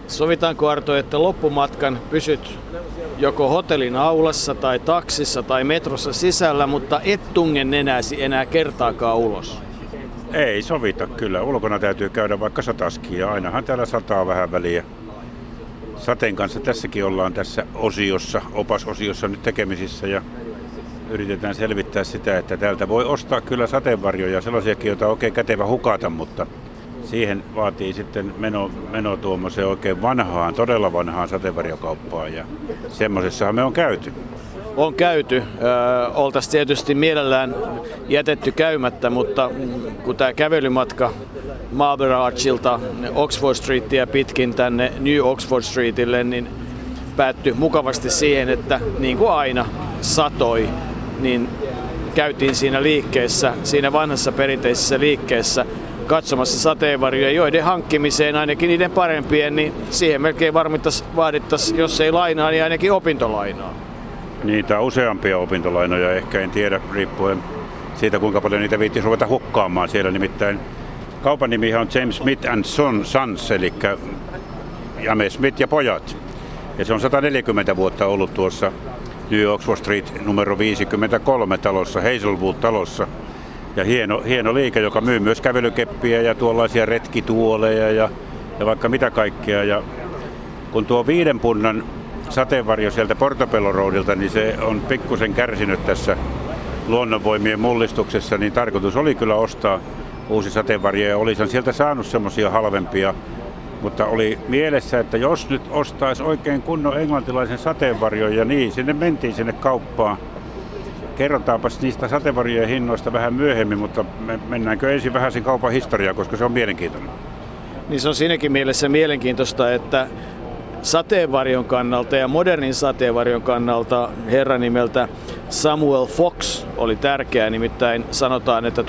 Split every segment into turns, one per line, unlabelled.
Sovitaanko, Arto, että loppumatkan pysyt joko hotellin aulassa tai taksissa tai metrossa sisällä, mutta et tunge nenäsi enää kertaakaan ulos?
Ei sovita kyllä. Ulkona täytyy käydä vaikka sataskin ja ainahan täällä sataa vähän väliä. Sateen kanssa tässäkin ollaan tässä opasosiossa nyt tekemisissä ja yritetään selvittää sitä, että täältä voi ostaa kyllä sateenvarjoja, sellaisiakin, joita on oikein kätevä hukata, mutta siihen vaatii sitten meno tuommoiseen oikein todella vanhaan sateenvarjokauppaan ja semmoisessahan me on käyty.
On käyty. Oltaisiin tietysti mielellään jätetty käymättä, mutta kun tämä kävelymatka Marlborough Archilta Oxford Streetia pitkin tänne New Oxford Streetille, niin päättyi mukavasti siihen, että niin kuin aina satoi, niin käytiin siinä liikkeessä, siinä vanhassa perinteisessä liikkeessä katsomassa sateenvarjoja, joiden hankkimiseen ainakin niiden parempien, niin siihen melkein vaadittaisiin, jos ei lainaa, niin ainakin opintolainaa.
Niitä on useampia opintolainoja, ehkä en tiedä, riippuen siitä kuinka paljon niitä viittisi ruveta hukkaamaan siellä. Nimittäin kaupan nimihan on James Smith & Sons, eli James Smith ja pojat. Ja se on 140 vuotta ollut tuossa New Oxford Street numero 53 talossa, Hazelwood-talossa. Ja hieno liike, joka myy myös kävelykeppiä ja tuollaisia retkituoleja ja vaikka mitä kaikkea. Ja kun tuo 5 punnan sateenvarjo sieltä Portobello Roadilta, niin se on pikkusen kärsinyt tässä luonnonvoimien mullistuksessa, niin tarkoitus oli kyllä ostaa uusi sateenvarjo ja olisin sieltä saanut semmoisia halvempia, mutta oli mielessä, että jos nyt ostaisi oikein kunnon englantilaisen sateenvarjon ja niin, sinne mentiin sinne kauppaan. Kerrotaanpas niistä sateenvarjojen hinnoista vähän myöhemmin, mutta mennäänkö ensin vähän sen kaupan historiaa, koska se on mielenkiintoinen.
Niin se on siinäkin mielessä mielenkiintoista, että sateenvarjon kannalta ja modernin sateenvarjon kannalta herran nimeltä Samuel Fox oli tärkeä, nimittäin sanotaan, että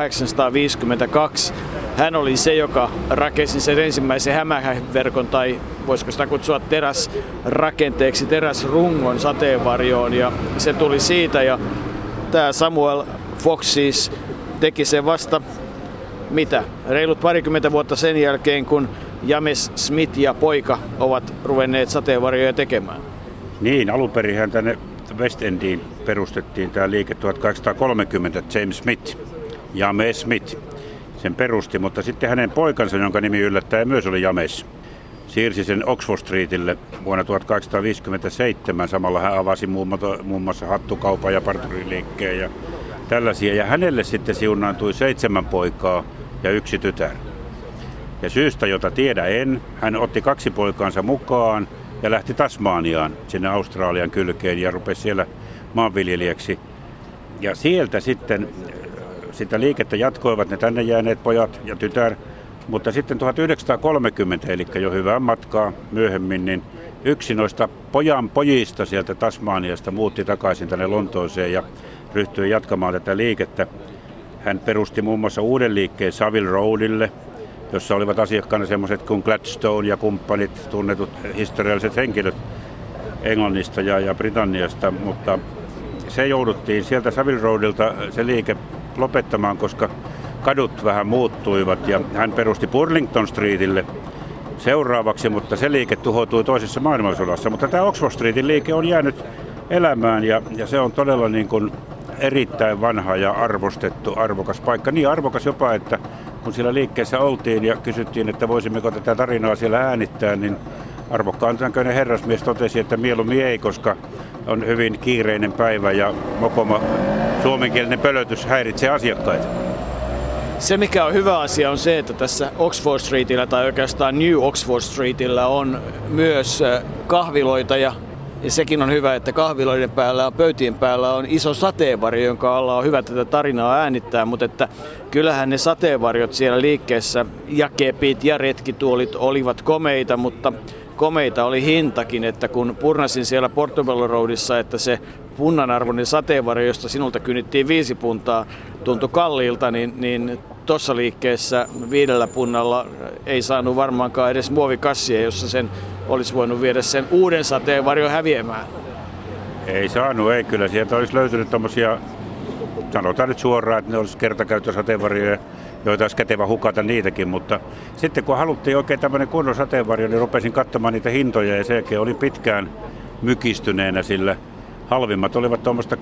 1852 hän oli se, joka rakensi sen ensimmäisen hämähäverkon tai voisiko sitä kutsua teräsrakenteeksi, teräsrungon sateenvarjoon ja se tuli siitä ja tämä Samuel Fox siis teki sen vasta reilut parikymmentä vuotta sen jälkeen, kun James Smith ja poika ovat ruvenneet sateenvarjoja tekemään.
Niin, alunperinhän tänne West Endiin perustettiin tämä liike 1830, James Smith sen perusti, mutta sitten hänen poikansa, jonka nimi yllättäen myös oli James, siirsi sen Oxford Streetille vuonna 1857. Samalla hän avasi muun muassa hattukaupan ja parturiliikkeen ja tällaisia. Ja hänelle sitten siunaantui 7 poikaa ja 1 tytär. Ja syystä, jota tiedä en, hän otti 2 poikaansa mukaan ja lähti Tasmaniaan sinne Australian kylkeen ja rupesi siellä maanviljelijäksi. Ja sieltä sitten sitä liikettä jatkoivat ne tänne jääneet pojat ja tytär. Mutta sitten 1930, eli jo hyvää matkaa myöhemmin, niin yksi noista pojan pojista sieltä Tasmaniasta muutti takaisin tänne Lontooseen ja ryhtyi jatkamaan tätä liikettä. Hän perusti muun muassa uuden liikkeen Savile Roadille, jossa olivat asiakkaana semmoiset kuin Gladstone ja kumppanit, tunnetut historialliset henkilöt Englannista ja Britanniasta, mutta se jouduttiin sieltä Savile Roadilta se liike lopettamaan, koska kadut vähän muuttuivat ja hän perusti Burlington Streetille seuraavaksi, mutta se liike tuhoutui toisessa maailmansodassa. Mutta tämä Oxford Streetin liike on jäänyt elämään ja se on todella niin kuin erittäin vanha ja arvostettu, arvokas paikka. Niin arvokas jopa, että kun siellä liikkeessä oltiin ja kysyttiin, että voisimmeko tätä tarinaa siellä äänittää, niin arvokkaan näköinen herrasmies totesi, että mieluummin ei, koska on hyvin kiireinen päivä ja mokoma suomenkielinen pölötys häiritsee asiakkaita.
Se mikä on hyvä asia on se, että tässä Oxford Streetillä tai oikeastaan New Oxford Streetillä on myös kahviloita ja sekin on hyvä, että kahviloiden päällä, pöytien päällä on iso sateenvarjo, jonka alla on hyvä tätä tarinaa äänittää, mutta että kyllähän ne sateenvarjot siellä liikkeessä ja kepit ja retkituolit olivat komeita, mutta komeita oli hintakin, että kun purnasin siellä Portobello Roadissa, että se punnanarvoinen sateenvarjo, josta sinulta kynnittiin 5 puntaa, tuntui kalliilta, niin tuossa liikkeessä 5 punnalla ei saanut varmaankaan edes muovikassia, jossa sen olisi voinut viedä sen uuden sateenvarjon häviämään.
Ei saanut, ei kyllä. Sieltä olisi löytynyt tommosia, sanotaan nyt suoraan, että ne olisi kertakäyttösateenvarjoja, joita olisi kätevä hukata niitäkin, mutta sitten kun haluttiin oikein tämmöinen kunnon sateenvarjo, niin rupesin katsomaan niitä hintoja ja sen jälkeen olin pitkään mykistyneenä, sillä halvimmat olivat tuommoista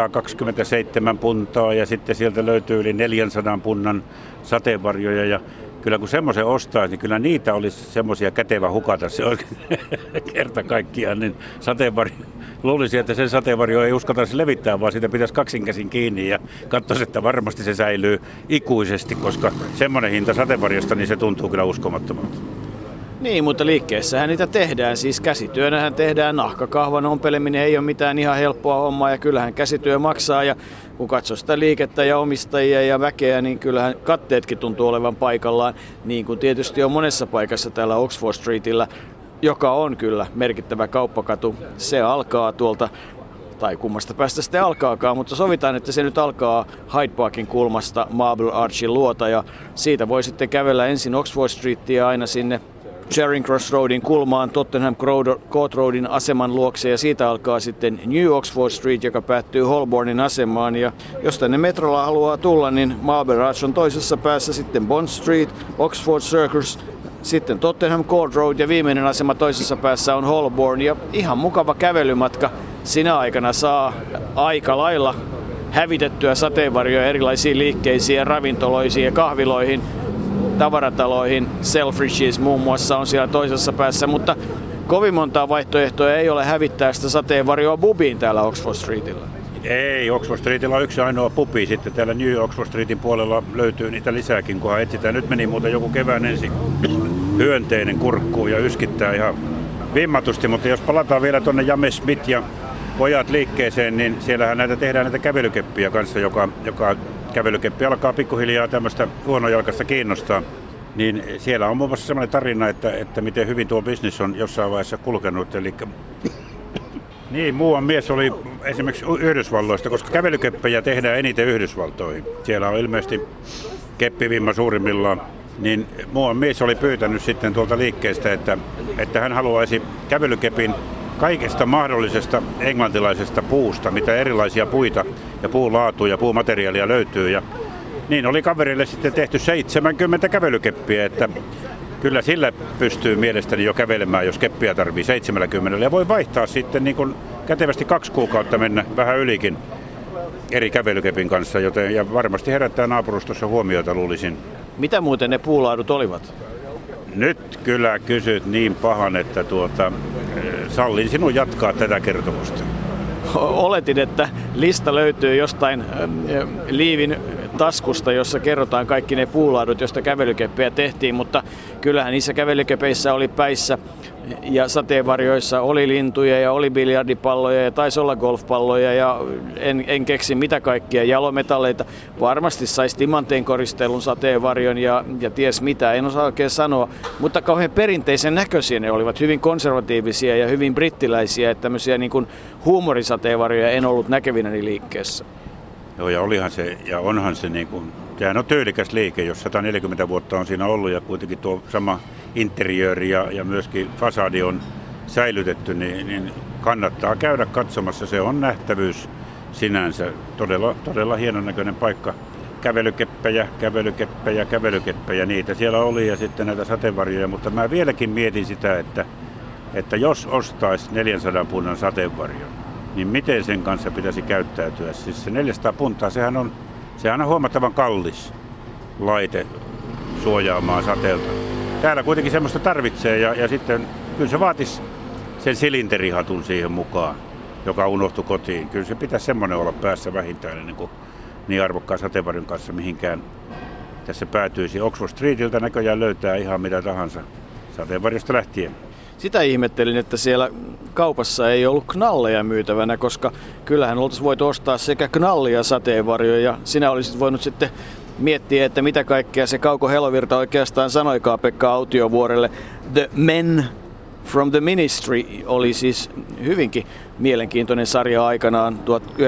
227 puntaa ja sitten sieltä löytyy yli 400 punnan sateenvarjoja ja kyllä kun semmoisen ostaisi, niin kyllä niitä olisi semmoisia kätevä hukata se oikein kerta kaikkiaan, niin sateenvarjo. Luulisin, että sen sateenvarjo ei uskaltaisi levittää, vaan sitä pitäisi kaksinkäsin kiinni ja katsoisi, että varmasti se säilyy ikuisesti, koska semmoinen hinta sateenvarjosta, niin se tuntuu kyllä uskomattomalta.
Niin, mutta liikkeessähän niitä tehdään, siis käsityönähän tehdään, nahkakahvan ompeleminen ei ole mitään ihan helppoa hommaa ja kyllähän käsityö maksaa ja kun katsoo sitä liikettä ja omistajia ja väkeä, niin kyllähän katteetkin tuntuu olevan paikallaan, niin kuin tietysti on monessa paikassa täällä Oxford Streetillä, joka on kyllä merkittävä kauppakatu. Se alkaa tuolta, tai kummasta päästä sitten alkaakaan, mutta sovitaan, että se nyt alkaa Hyde Parkin kulmasta Marble Archin luota ja siitä voi sitten kävellä ensin Oxford Streetia aina sinne Charing Cross Roadin kulmaan Tottenham Court Roadin aseman luokse ja siitä alkaa sitten New Oxford Street, joka päättyy Holbornin asemaan ja jos tänne metrolla haluaa tulla, niin Marble Arch on toisessa päässä, sitten Bond Street, Oxford Circus, sitten Tottenham Court Road ja viimeinen asema toisessa päässä on Holborn ja ihan mukava kävelymatka. Sinä aikana saa aika lailla hävitettyä sateenvarjoja erilaisiin liikkeisiin ja ravintoloisiin ja kahviloihin, tavarataloihin. Selfridges muun muassa on siellä toisessa päässä, mutta kovin montaa vaihtoehtoja ei ole hävittää sitä sateenvarjoa pubiin täällä Oxford Streetillä.
Ei, Oxford Streetillä on yksi ainoa pubi, sitten täällä New Oxford Streetin puolella löytyy niitä lisääkin, kunhan etsitään. Nyt meni muuten joku kevään ensin hyönteinen kurkkuun ja yskittää ihan vimmatusti, mutta jos palataan vielä tuonne James Smith ja pojat liikkeeseen, niin siellähän tehdään näitä kävelykeppiä kanssa, joka kävelykeppi alkaa pikkuhiljaa tämmöistä huonojalkaista kiinnostaa. Niin siellä on muun muassa sellainen tarina, että miten hyvin tuo bisnis on jossain vaiheessa kulkenut. Eli niin, muuan mies oli esimerkiksi Yhdysvalloista, koska kävelykeppejä tehdään eniten Yhdysvaltoihin. Siellä on ilmeisesti keppivimma suurimmillaan. Niin muuan mies oli pyytänyt sitten tuolta liikkeestä, että hän haluaisi kävelykepin kaikesta mahdollisesta englantilaisesta puusta, mitä erilaisia puita ja puulaatuja ja puumateriaalia löytyy. Ja niin oli kaverille sitten tehty 70 kävelykeppiä, että kyllä sillä pystyy mielestäni jo kävelemään, jos keppiä tarvii 70. Ja voi vaihtaa sitten niin kuin kätevästi 2 kuukautta mennä vähän ylikin eri kävelykepin kanssa, ja varmasti herättää naapurustossa huomiota, luulisin.
Mitä muuten ne puulaadut olivat?
Nyt kyllä kysyt niin pahan, että sallin sinun jatkaa tätä kertomusta.
Oletin, että lista löytyy jostain liivin taskusta, jossa kerrotaan kaikki ne puulaadut, joista kävelykeppejä tehtiin, mutta kyllähän niissä kävelykepeissä oli päissä ja sateenvarjoissa oli lintuja ja oli biljardipalloja ja taisi olla golfpalloja ja en keksi mitä kaikkia jalometalleita. Varmasti saisi timanteen koristelun sateenvarjon ja ties mitä, en osaa oikein sanoa, mutta kauhean perinteisen näköisiä ne olivat, hyvin konservatiivisia ja hyvin brittiläisiä, että tämmöisiä niin kuin huumorisateenvarjoja en ollut näkevinäni liikkeessä.
Joo, ja olihan se, ja onhan se niin kuin, sehän on tyylikäs liike, jos 140 vuotta on siinä ollut ja kuitenkin tuo sama interiööri ja myöskin fasadi on säilytetty, niin kannattaa käydä katsomassa. Se on nähtävyys sinänsä. Todella hienon näköinen paikka. Kävelykeppejä, niitä siellä oli ja sitten näitä sateenvarjoja, mutta mä vieläkin mietin sitä, että jos ostaisi 400 punnan sateenvarjon, niin miten sen kanssa pitäisi käyttäytyä? Siis se 400 puntaa, sehän on huomattavan kallis laite suojaamaan sateelta. Täällä kuitenkin semmoista tarvitsee ja sitten kyllä se vaatisi sen silinterihatun siihen mukaan, joka unohtui kotiin. Kyllä se pitäisi semmoinen olla päässä vähintään ennen kuin niin arvokkaan sateenvarjon kanssa mihinkään tässä päätyisi. Oxford Streetiltä näköjään löytää ihan mitä tahansa sateenvarjosta lähtien.
Sitä ihmettelin, että siellä kaupassa ei ollut knalleja myytävänä, koska kyllähän oltaisiin voitu ostaa sekä knallia sateenvarjoja ja sinä olisit voinut sitten miettiä, että mitä kaikkea se Kauko Helovirta oikeastaan sanoikaan Pekka Autiovuorelle. The Men from the Ministry oli siis hyvinkin mielenkiintoinen sarja aikanaan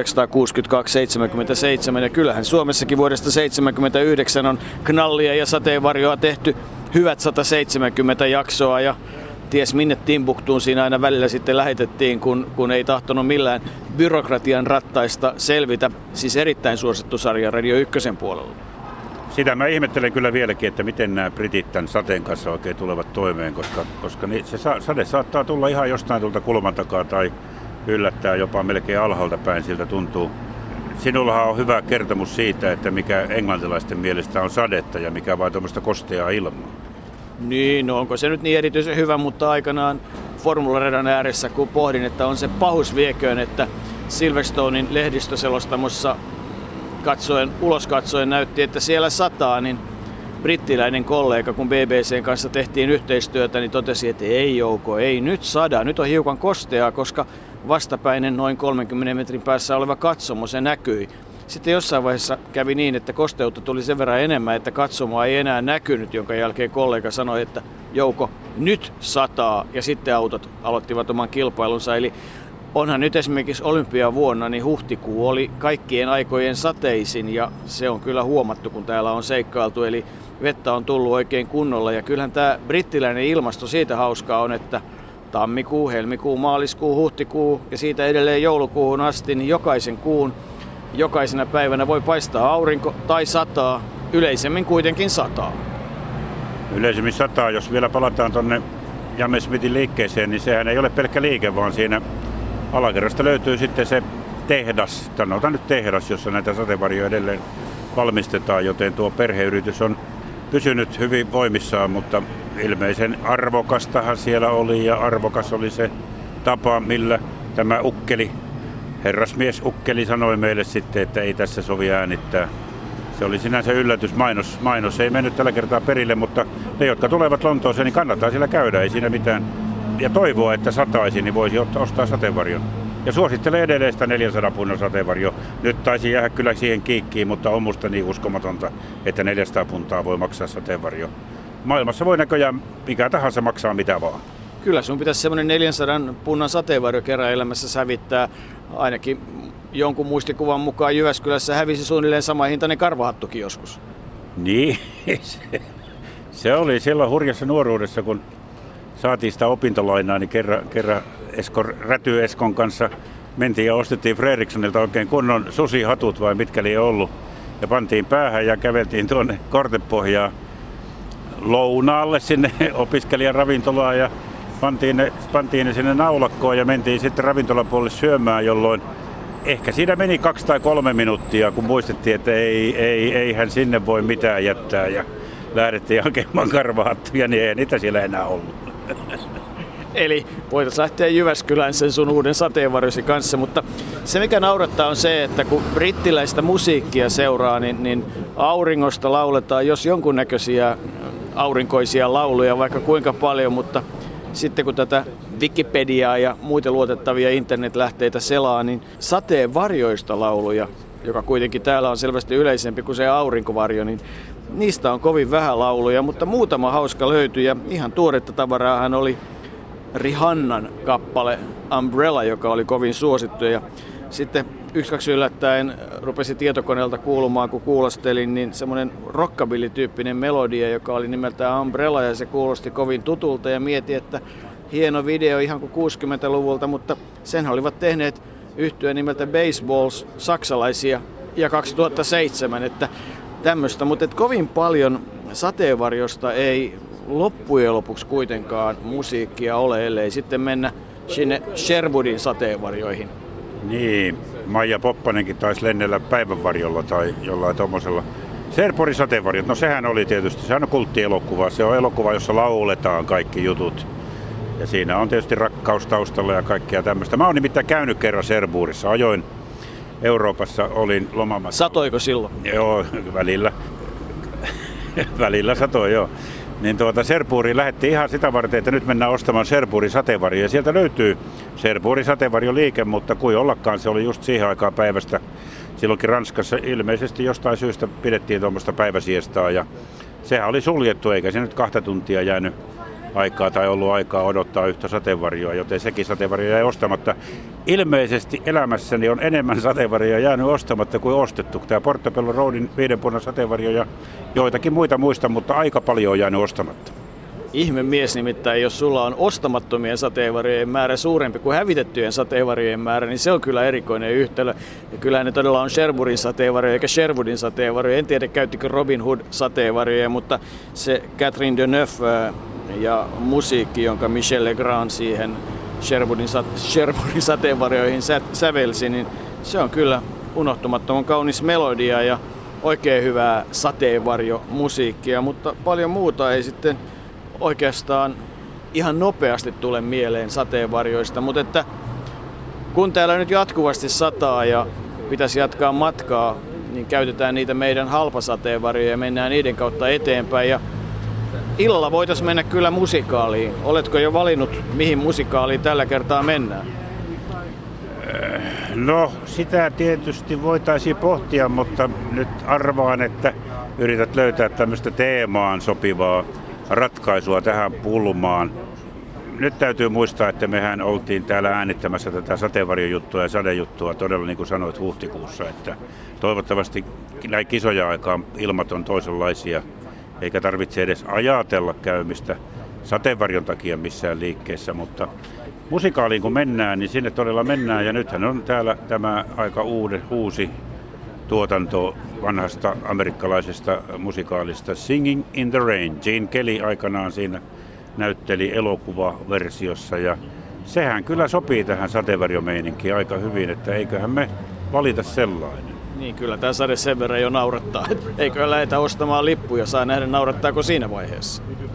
1962-77 ja kyllähän Suomessakin vuodesta 1979 on knallia ja sateenvarjoa tehty hyvät 170 jaksoa ja ties minne Timbuktuun siinä aina välillä sitten lähetettiin, kun ei tahtonut millään byrokratian rattaista selvitä. Siis erittäin suosittu sarja Radio 1 puolella.
sitä mä ihmettelen kyllä vieläkin, että miten nämä britit tämän sateen kanssa oikein tulevat toimeen, koska se sade saattaa tulla ihan jostain tuolta kulman takaa tai yllättää jopa melkein alhaalta päin, siltä tuntuu. Sinullahan on hyvä kertomus siitä, että mikä englantilaisten mielestä on sadetta ja mikä vaan tuommoista kosteaa ilmaa.
Niin, no onko se nyt niin erityisen hyvä, mutta aikanaan formularadan ääressä, kun pohdin, että on se pahus vieköön, että Silverstonein lehdistöselostamossa ulos katsoen näytti, että siellä sataa, niin brittiläinen kollega, kun BBCn kanssa tehtiin yhteistyötä, niin totesi, että ei Jouko, ei nyt sada, nyt on hiukan kosteaa, koska vastapäinen noin 30 metrin päässä oleva katsomo, se näkyi. Sitten jossain vaiheessa kävi niin, että kosteutta tuli sen verran enemmän, että katsomoa ei enää näkynyt, jonka jälkeen kollega sanoi, että Jouko, nyt sataa, ja sitten autot aloittivat oman kilpailunsa. Eli onhan nyt esimerkiksi olympiavuonna, niin huhtikuu oli kaikkien aikojen sateisin, ja se on kyllä huomattu, kun täällä on seikkailtu, eli vettä on tullut oikein kunnolla, ja kyllähän tämä brittiläinen ilmasto siitä hauskaa on, että tammikuu, helmikuu, maaliskuu, huhtikuu ja siitä edelleen joulukuuhun asti, niin jokaisen kuun, jokaisena päivänä voi paistaa aurinko tai sataa, yleisemmin kuitenkin sataa.
Yleisemmin sataa, jos vielä palataan tuonne James Smithin liikkeeseen, niin sehän ei ole pelkkä liike, vaan siinä alakerrasta löytyy sitten se tehdas, sanotaan nyt tehdas, jossa näitä sateenvarjoja edelleen valmistetaan, joten tuo perheyritys on pysynyt hyvin voimissaan, mutta ilmeisen arvokastahan siellä oli ja arvokas oli se tapa, millä tämä ukkeli, herrasmies ukkeli sanoi meille sitten, että ei tässä sovi äänittää. Se oli sinänsä yllätys. Mainos ei mennyt tällä kertaa perille, mutta ne, jotka tulevat Lontooseen, niin kannattaa siellä käydä, ei siinä mitään. Ja toivoa, että sataisi, niin voisi ostaa sateenvarjon. Ja suosittelen edelleen sitä 400 punnan sateenvarjo. Nyt taisi jäädä kyllä siihen kiikkiin, mutta on musta niin uskomatonta, että 400 puntaa voi maksaa sateenvarjo. Maailmassa voi näköjään mikä tahansa maksaa mitä vaan.
Kyllä sun pitäisi semmoinen 400 punnan sateenvarjo kerran elämässä sävittää. Ainakin jonkun muistikuvan mukaan Jyväskylässä hävisi suunnilleen sama hintainen karvahattukin joskus.
Niin, se oli silloin hurjassa nuoruudessa, kun saatiin sitä opintolainaa, niin kerran Räty Eskon kanssa mentiin ja ostettiin Fredrikssonilta oikein kunnon susihatut vai mitkä oli ollut. Ja pantiin päähän ja käveltiin tuonne Kortepohjaan lounaalle sinne opiskelijan ravintolaan ja pantiin ne sinne naulakkoon ja mentiin sitten ravintolapuolelle syömään, jolloin ehkä siinä meni 2 tai 3 minuuttia, kun muistettiin, että eihän sinne voi mitään jättää ja lähdettiin hakemaan karvahattuja, niin ei niitä siellä enää ollut.
Eli voitaisiin lähteä Jyväskylään sen sun uuden sateenvarjosi kanssa, mutta se mikä naurattaa on se, että kun brittiläistä musiikkia seuraa, niin auringosta lauletaan jos jonkunnäköisiä aurinkoisia lauluja vaikka kuinka paljon, mutta sitten kun tätä Wikipediaa ja muita luotettavia internetlähteitä selaa, niin sateenvarjoista lauluja, joka kuitenkin täällä on selvästi yleisempi kuin se aurinkovarjo, niin niistä on kovin vähän lauluja, mutta muutama hauska löytyi ja ihan tuoretta tavaraahan oli Rihannan kappale Umbrella, joka oli kovin suosittu ja sitten 1-2 yllättäen rupesi tietokoneelta kuulumaan, kun kuulostelin, niin semmoinen rockabilly-tyyppinen melodia, joka oli nimeltään Umbrella ja se kuulosti kovin tutulta ja mietin, että hieno video ihan kuin 60-luvulta, mutta sen olivat tehneet yhtye nimeltä Baseballs, saksalaisia ja 2007, että tämmöistä, mutta kovin paljon sateenvarjosta ei loppujen lopuksi kuitenkaan musiikkia ole, ellei sitten mennä sinne Sherwoodin sateenvarjoihin.
Niin, Maija Poppanenkin taisi lennellä päivänvarjolla tai jollain tommosella. Sherwoodin sateenvarjot, no sehän oli tietysti, sehän on kulttielokuva. Se on elokuva, jossa lauletaan kaikki jutut. Ja siinä on tietysti rakkaus taustalla ja kaikkea tämmöistä. Mä oon nimittäin käynyt kerran Sherwoodissa. Ajoin Euroopassa, olin lomamassa.
Satoiko silloin?
Joo, välillä. Välillä satoi, joo. Niin Sherwoodiin lähdettiin ihan sitä varten, että nyt mennään ostamaan Sherwoodin sateenvarjoja. Ja sieltä löytyy Sherwoodin sateenvarjoliike, mutta kuin ollakaan se oli just siihen aikaan päivästä. Silloinkin Ranskassa ilmeisesti jostain syystä pidettiin tuommoista päiväsiestaa ja sehän oli suljettu, eikä se nyt 2 tuntia jäänyt aikaa tai ollut aikaa odottaa yhtä sateenvarjoa, joten sekin sateenvarjo jäi ostamatta. Ilmeisesti elämässäni on enemmän sateenvarjoja jäänyt ostamatta kuin ostettu. Tämä Portobello Roadin 5 punnan sateenvarjo ja joitakin muita muista, mutta aika paljon on jäänyt ostamatta.
ihme mies, nimittäin jos sulla on ostamattomien sateenvarjojen määrä suurempi kuin hävitettyjen sateenvarjojen määrä, niin se on kyllä erikoinen yhtälö. Ja kyllä ne todella on Sherwoodin sateenvarjoja eikä Sherwoodin sateenvarjoja. En tiedä käyttikö Robin Hood sateenvarjoja, mutta se Catherine Deneuve ja musiikki, jonka Michel Legrand siihen Sherwoodin sateenvarjoihin sävelsi, niin se on kyllä unohtumattoman kaunis melodia ja oikein hyvää sateenvarjomusiikkia, mutta paljon muuta ei sitten oikeastaan ihan nopeasti tule mieleen sateenvarjoista, mutta että kun täällä nyt jatkuvasti sataa ja pitäisi jatkaa matkaa, niin käytetään niitä meidän halpasateenvarjoja ja mennään niiden kautta eteenpäin. Ja illalla voitaisiin mennä kyllä musikaaliin. Oletko jo valinnut, mihin musikaaliin tällä kertaa mennään?
No, sitä tietysti voitaisiin pohtia, mutta nyt arvaan, että yrität löytää tämmöistä teemaan sopivaa ratkaisua tähän pulmaan. Nyt täytyy muistaa, että mehän oltiin täällä äänittämässä tätä sateenvarjojuttua ja sadejuttua todella niin kuin sanoit huhtikuussa, että toivottavasti näin kisoja aikaan ilmat on toisenlaisia, eikä tarvitse edes ajatella käymistä sateenvarjon takia missään liikkeessä, mutta musikaaliin kun mennään, niin sinne todella mennään ja nythän on täällä tämä aika uusi tuotanto vanhasta amerikkalaisesta musikaalista Singing in the Rain. Gene Kelly aikanaan siinä näytteli elokuvaversiossa ja sehän kyllä sopii tähän sateenvarjomeininkiin aika hyvin, että eiköhän me valita sellainen.
Niin kyllä tämä sade sen verran jo naurattaa. Eiköhän lähdetä ostamaan lippuja, saa nähdä naurattaako siinä vaiheessa.